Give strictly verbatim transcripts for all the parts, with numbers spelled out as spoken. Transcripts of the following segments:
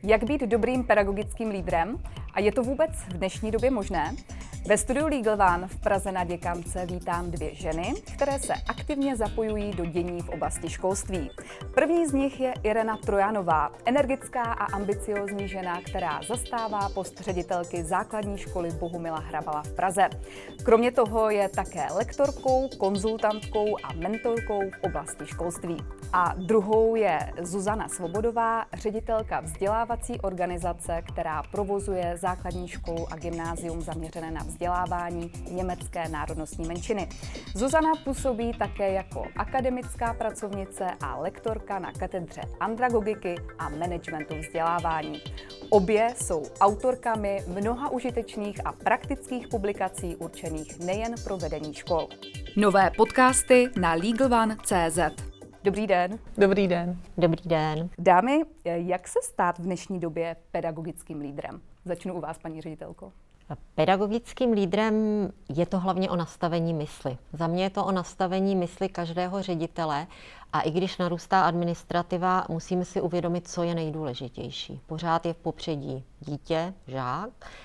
Jak být dobrým pedagogickým lídrem? A je to vůbec v dnešní době možné? Ve studiu Legal One v Praze na Děkance vítám dvě ženy, které se aktivně zapojují do dění v oblasti školství. První z nich je Irena Trojanová, energická a ambiciózní žena, která zastává post ředitelky základní školy Bohumila Hrabala v Praze. Kromě toho je také lektorkou, konzultantkou a mentorkou v oblasti školství. A druhou je Zuzana Svobodová, ředitelka vzdělávací organizace, která provozuje základní školu a gymnázium zaměřené na vzdělávání německé národnostní menšiny. Zuzana působí také jako akademická pracovnice a lektorka na katedře andragogiky a managementu vzdělávání. Obě jsou autorkami mnoha užitečných a praktických publikací určených nejen pro vedení škol. Nové podcasty na legal one tečka cé zet. Dobrý den. Dobrý den. Dobrý den. Dámy, jak se stát v dnešní době pedagogickým lídrem? Začnu u vás, paní ředitelko. Pedagogickým lídrem je to hlavně o nastavení mysli. Za mě je to o nastavení mysli každého ředitele a i když narůstá administrativa, musíme si uvědomit, co je nejdůležitější. Pořád je v popředí dítě, žák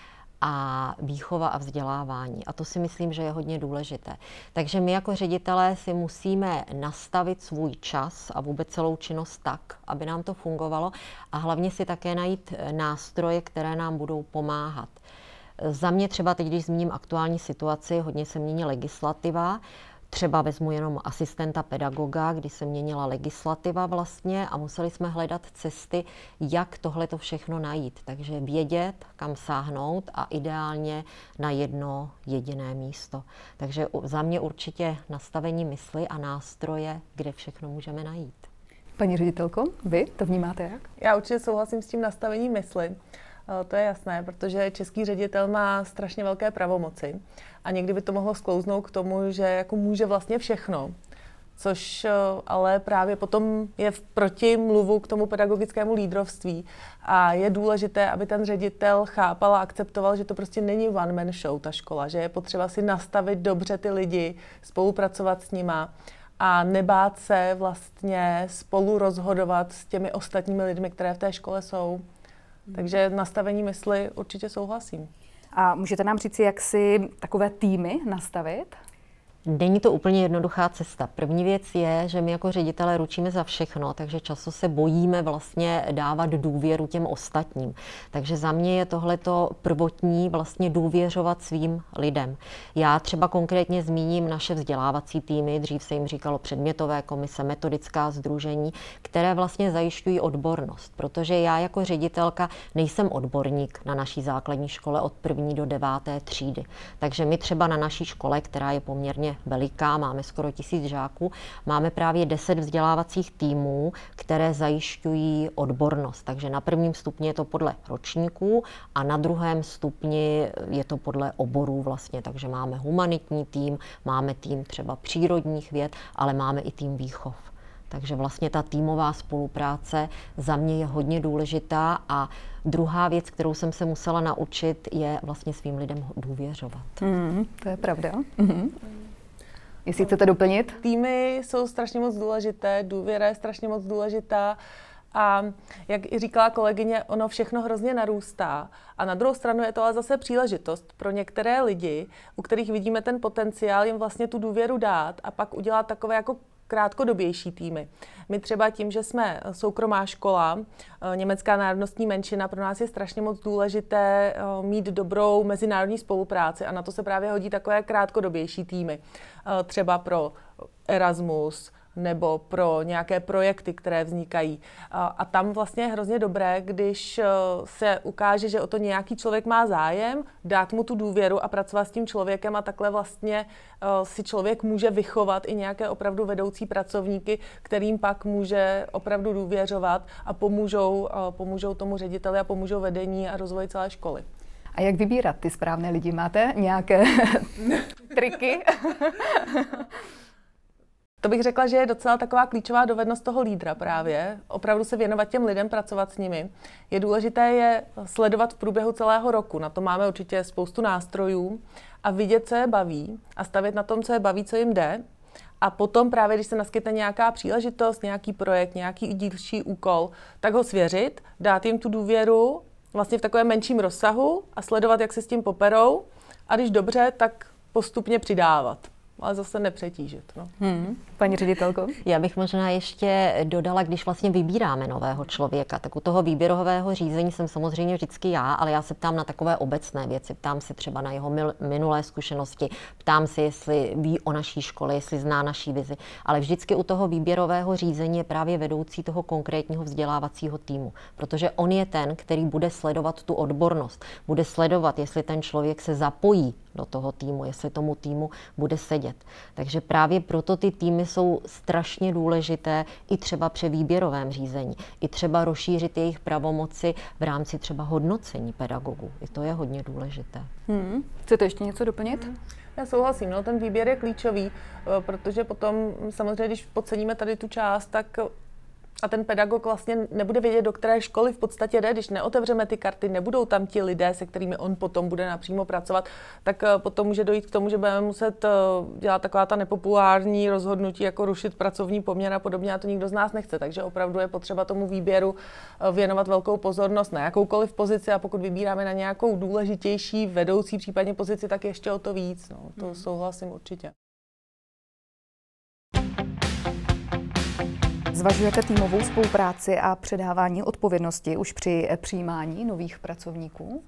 a výchova a vzdělávání. A to si myslím, že je hodně důležité. Takže my jako ředitelé si musíme nastavit svůj čas a vůbec celou činnost tak, aby nám to fungovalo a hlavně si také najít nástroje, které nám budou pomáhat. Za mě třeba teď, když zmíním aktuální situaci, hodně se mění legislativa. Třeba vezmu jenom asistenta pedagoga, kdy se měnila legislativa vlastně a museli jsme hledat cesty, jak tohle to všechno najít. Takže vědět, kam sáhnout a ideálně na jedno jediné místo. Takže za mě určitě nastavení mysli a nástroje, kde všechno můžeme najít. Paní ředitelko, vy to vnímáte jak? Já určitě souhlasím s tím nastavením mysli. To je jasné, protože český ředitel má strašně velké pravomoci a někdy by to mohlo sklouznout k tomu, že jako může vlastně všechno, což ale právě potom je v protimluvu k tomu pedagogickému lídrovství a je důležité, aby ten ředitel chápal a akceptoval, že to prostě není one man show ta škola, že je potřeba si nastavit dobře ty lidi, spolupracovat s nima a nebát se vlastně spolu rozhodovat s těmi ostatními lidmi, které v té škole jsou. Takže nastavení mysli určitě souhlasím. A můžete nám říct, jak si takové týmy nastavit? Není to úplně jednoduchá cesta. První věc je, že my jako ředitelé ručíme za všechno, takže často se bojíme vlastně dávat důvěru těm ostatním. Takže za mě je tohleto prvotní vlastně důvěřovat svým lidem. Já třeba konkrétně zmíním naše vzdělávací týmy, dřív se jim říkalo předmětové komise, metodická sdružení, které vlastně zajišťují odbornost, protože já jako ředitelka nejsem odborník na naší základní škole od první do deváté třídy. Takže my třeba na naší škole, která je poměrně veliká, máme skoro tisíc žáků, máme právě deset vzdělávacích týmů, které zajišťují odbornost. Takže na prvním stupni je to podle ročníků a na druhém stupni je to podle oborů vlastně. Takže máme humanitní tým, máme tým třeba přírodních věd, ale máme i tým výchov. Takže vlastně ta týmová spolupráce za mě je hodně důležitá a druhá věc, kterou jsem se musela naučit, je vlastně svým lidem důvěřovat. Mm, to je pravda. Mm. Jestli chcete doplnit? Týmy jsou strašně moc důležité, důvěra je strašně moc důležitá a jak i říkala kolegyně, ono všechno hrozně narůstá a na druhou stranu je to ale zase příležitost pro některé lidi, u kterých vidíme ten potenciál, jim vlastně tu důvěru dát a pak udělat takové jako krátkodobější týmy. My třeba tím, že jsme soukromá škola, německá národnostní menšina, pro nás je strašně moc důležité mít dobrou mezinárodní spolupráci a na to se právě hodí takové krátkodobější týmy. Třeba pro Erasmus nebo pro nějaké projekty, které vznikají. A tam vlastně je hrozně dobré, když se ukáže, že o to nějaký člověk má zájem, dát mu tu důvěru a pracovat s tím člověkem a takhle vlastně si člověk může vychovat i nějaké opravdu vedoucí pracovníky, kterým pak může opravdu důvěřovat a pomůžou, pomůžou tomu řediteli a pomůžou vedení a rozvoji celé školy. A jak vybírat ty správné lidi? Máte nějaké triky? To bych řekla, že je docela taková klíčová dovednost toho lídra právě. Opravdu se věnovat těm lidem, pracovat s nimi. Je důležité je sledovat v průběhu celého roku. Na to máme určitě spoustu nástrojů a vidět, co je baví a stavět na tom, co je baví, co jim jde. A potom právě, když se naskytne nějaká příležitost, nějaký projekt, nějaký dílčí úkol, tak ho svěřit, dát jim tu důvěru vlastně v takovém menším rozsahu a sledovat, jak se s tím poperou. A když dobře, tak postupně přidávat. Ale zase nepřetížit. No. Hmm. Paní ředitelko? Já bych možná ještě dodala, když vlastně vybíráme nového člověka, tak u toho výběrového řízení jsem samozřejmě vždycky já, ale já se ptám na takové obecné věci. Ptám se třeba na jeho minulé zkušenosti, ptám se, jestli ví o naší škole, jestli zná naší vizi. Ale vždycky u toho výběrového řízení je právě vedoucí toho konkrétního vzdělávacího týmu, protože on je ten, který bude sledovat tu odbornost, bude sledovat, jestli ten člověk se zapojí do toho týmu, jestli tomu týmu bude sedět. Takže právě proto ty týmy jsou strašně důležité i třeba při výběrovém řízení, i třeba rozšířit jejich pravomoci v rámci třeba hodnocení pedagogů. I to je hodně důležité. Hmm. Chcete ještě něco doplnit? Hmm. Já souhlasím, no, ten výběr je klíčový, protože potom samozřejmě, když podceníme tady tu část, tak a ten pedagog vlastně nebude vědět, do které školy v podstatě jde, když neotevřeme ty karty, nebudou tam ti lidé, se kterými on potom bude napřímo pracovat, tak potom může dojít k tomu, že budeme muset dělat taková ta nepopulární rozhodnutí, jako rušit pracovní poměr a podobně, a to nikdo z nás nechce. Takže opravdu je potřeba tomu výběru věnovat velkou pozornost na jakoukoliv pozici, a pokud vybíráme na nějakou důležitější vedoucí případně pozici, tak ještě o to víc. No, to souhlasím určitě. Zvažujete týmovou spolupráci a předávání odpovědnosti už při přijímání nových pracovníků?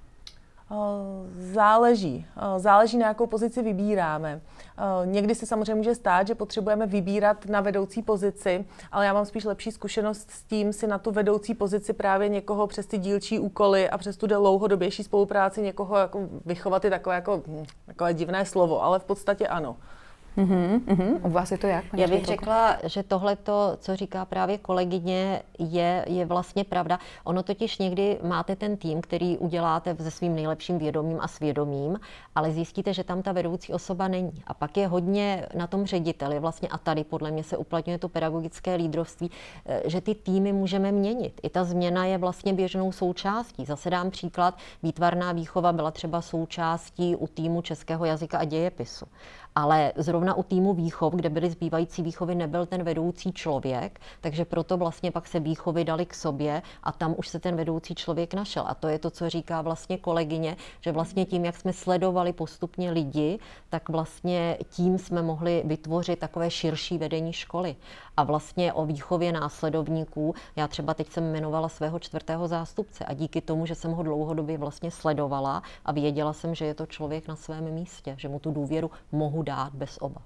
Záleží. Záleží, na jakou pozici vybíráme. Někdy se samozřejmě může stát, že potřebujeme vybírat na vedoucí pozici, ale já mám spíš lepší zkušenost s tím si na tu vedoucí pozici právě někoho přes ty dílčí úkoly a přes tu dlouhodobější spolupráci někoho jako vychovat je takové, jako, takové divné slovo, ale v podstatě ano. Uhum, uhum. U vás je to jak? Já bych řekla, že tohleto, co říká právě kolegyně, je, je vlastně pravda. Ono totiž někdy máte ten tým, který uděláte se svým nejlepším vědomím a svědomím, ale zjistíte, že tam ta vedoucí osoba není. A pak je hodně na tom řediteli vlastně, a tady podle mě se uplatňuje to pedagogické lídrovství, že ty týmy můžeme měnit. I ta změna je vlastně běžnou součástí. Zase dám příklad, výtvarná výchova byla třeba součástí u týmu českého jazyka a dějepisu. Ale zrovna u týmu výchov, kde byly zbývající výchovy, nebyl ten vedoucí člověk, takže proto vlastně pak se výchovy dali k sobě a tam už se ten vedoucí člověk našel. A to je to, co říká vlastně kolegyně, že vlastně tím, jak jsme sledovali postupně lidi, tak vlastně tím jsme mohli vytvořit takové širší vedení školy. A vlastně o výchově následovníků, já třeba teď jsem jmenovala svého čtvrtého zástupce a díky tomu, že jsem ho dlouhodobě vlastně sledovala a věděla jsem, že je to člověk na svém místě, že mu tu důvěru mohu dát bez obav.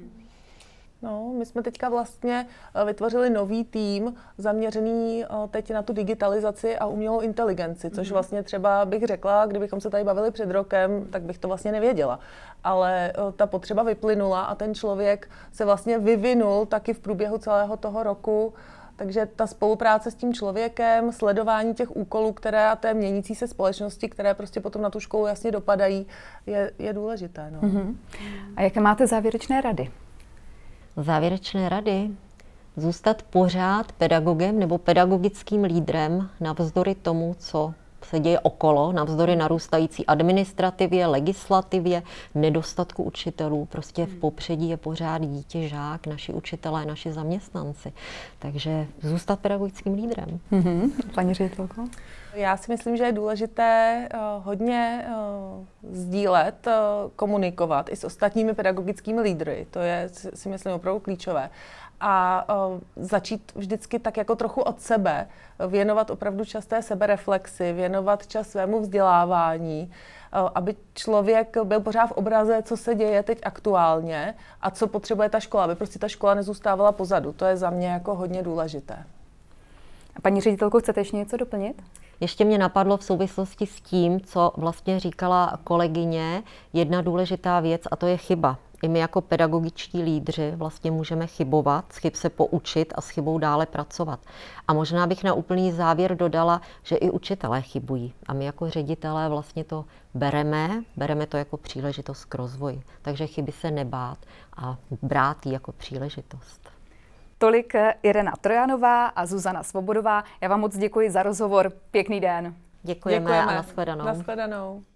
No, my jsme teďka vlastně vytvořili nový tým zaměřený teď na tu digitalizaci a umělou inteligenci, což vlastně třeba bych řekla, kdybychom se tady bavili před rokem, tak bych to vlastně nevěděla. Ale ta potřeba vyplynula a ten člověk se vlastně vyvinul taky v průběhu celého toho roku. Takže ta spolupráce s tím člověkem, sledování těch úkolů, které a té měnící se společnosti, které prostě potom na tu školu jasně dopadají, je, je důležité. No. Uh-huh. A jaké máte závěrečné rady? Závěrečné rady? Zůstat pořád pedagogem nebo pedagogickým lídrem navzdory tomu, co se děje okolo, navzdory narůstající administrativě, legislativě, nedostatku učitelů. Prostě v popředí je pořád dítě, žák, naši učitelé, naši zaměstnanci. Takže zůstat pedagogickým lídrem. Mm-hmm. Paní ředitelko? Já si myslím, že je důležité uh, hodně uh, sdílet, uh, komunikovat i s ostatními pedagogickými lídry. To je, si myslím, opravdu klíčové. A uh, začít vždycky tak jako trochu od sebe, věnovat opravdu čas té sebereflexi, věnovat čas svému vzdělávání, uh, aby člověk byl pořád v obraze, co se děje teď aktuálně a co potřebuje ta škola, aby prostě ta škola nezůstávala pozadu. To je za mě jako hodně důležité. A paní ředitelko, chcete ještě něco doplnit? Ještě mě napadlo v souvislosti s tím, co vlastně říkala kolegyně, jedna důležitá věc, a to je chyba. I my jako pedagogičtí lídři vlastně můžeme chybovat, z chyb se poučit a s chybou dále pracovat. A možná bych na úplný závěr dodala, že i učitelé chybují. A my jako ředitelé vlastně to bereme, bereme to jako příležitost k rozvoji. Takže chyby se nebát a brát ji jako příležitost. Tolik Irena Trojanová a Zuzana Svobodová. Já vám moc děkuji za rozhovor. Pěkný den. Děkujeme, Děkujeme. A nashledanou. Nashledanou.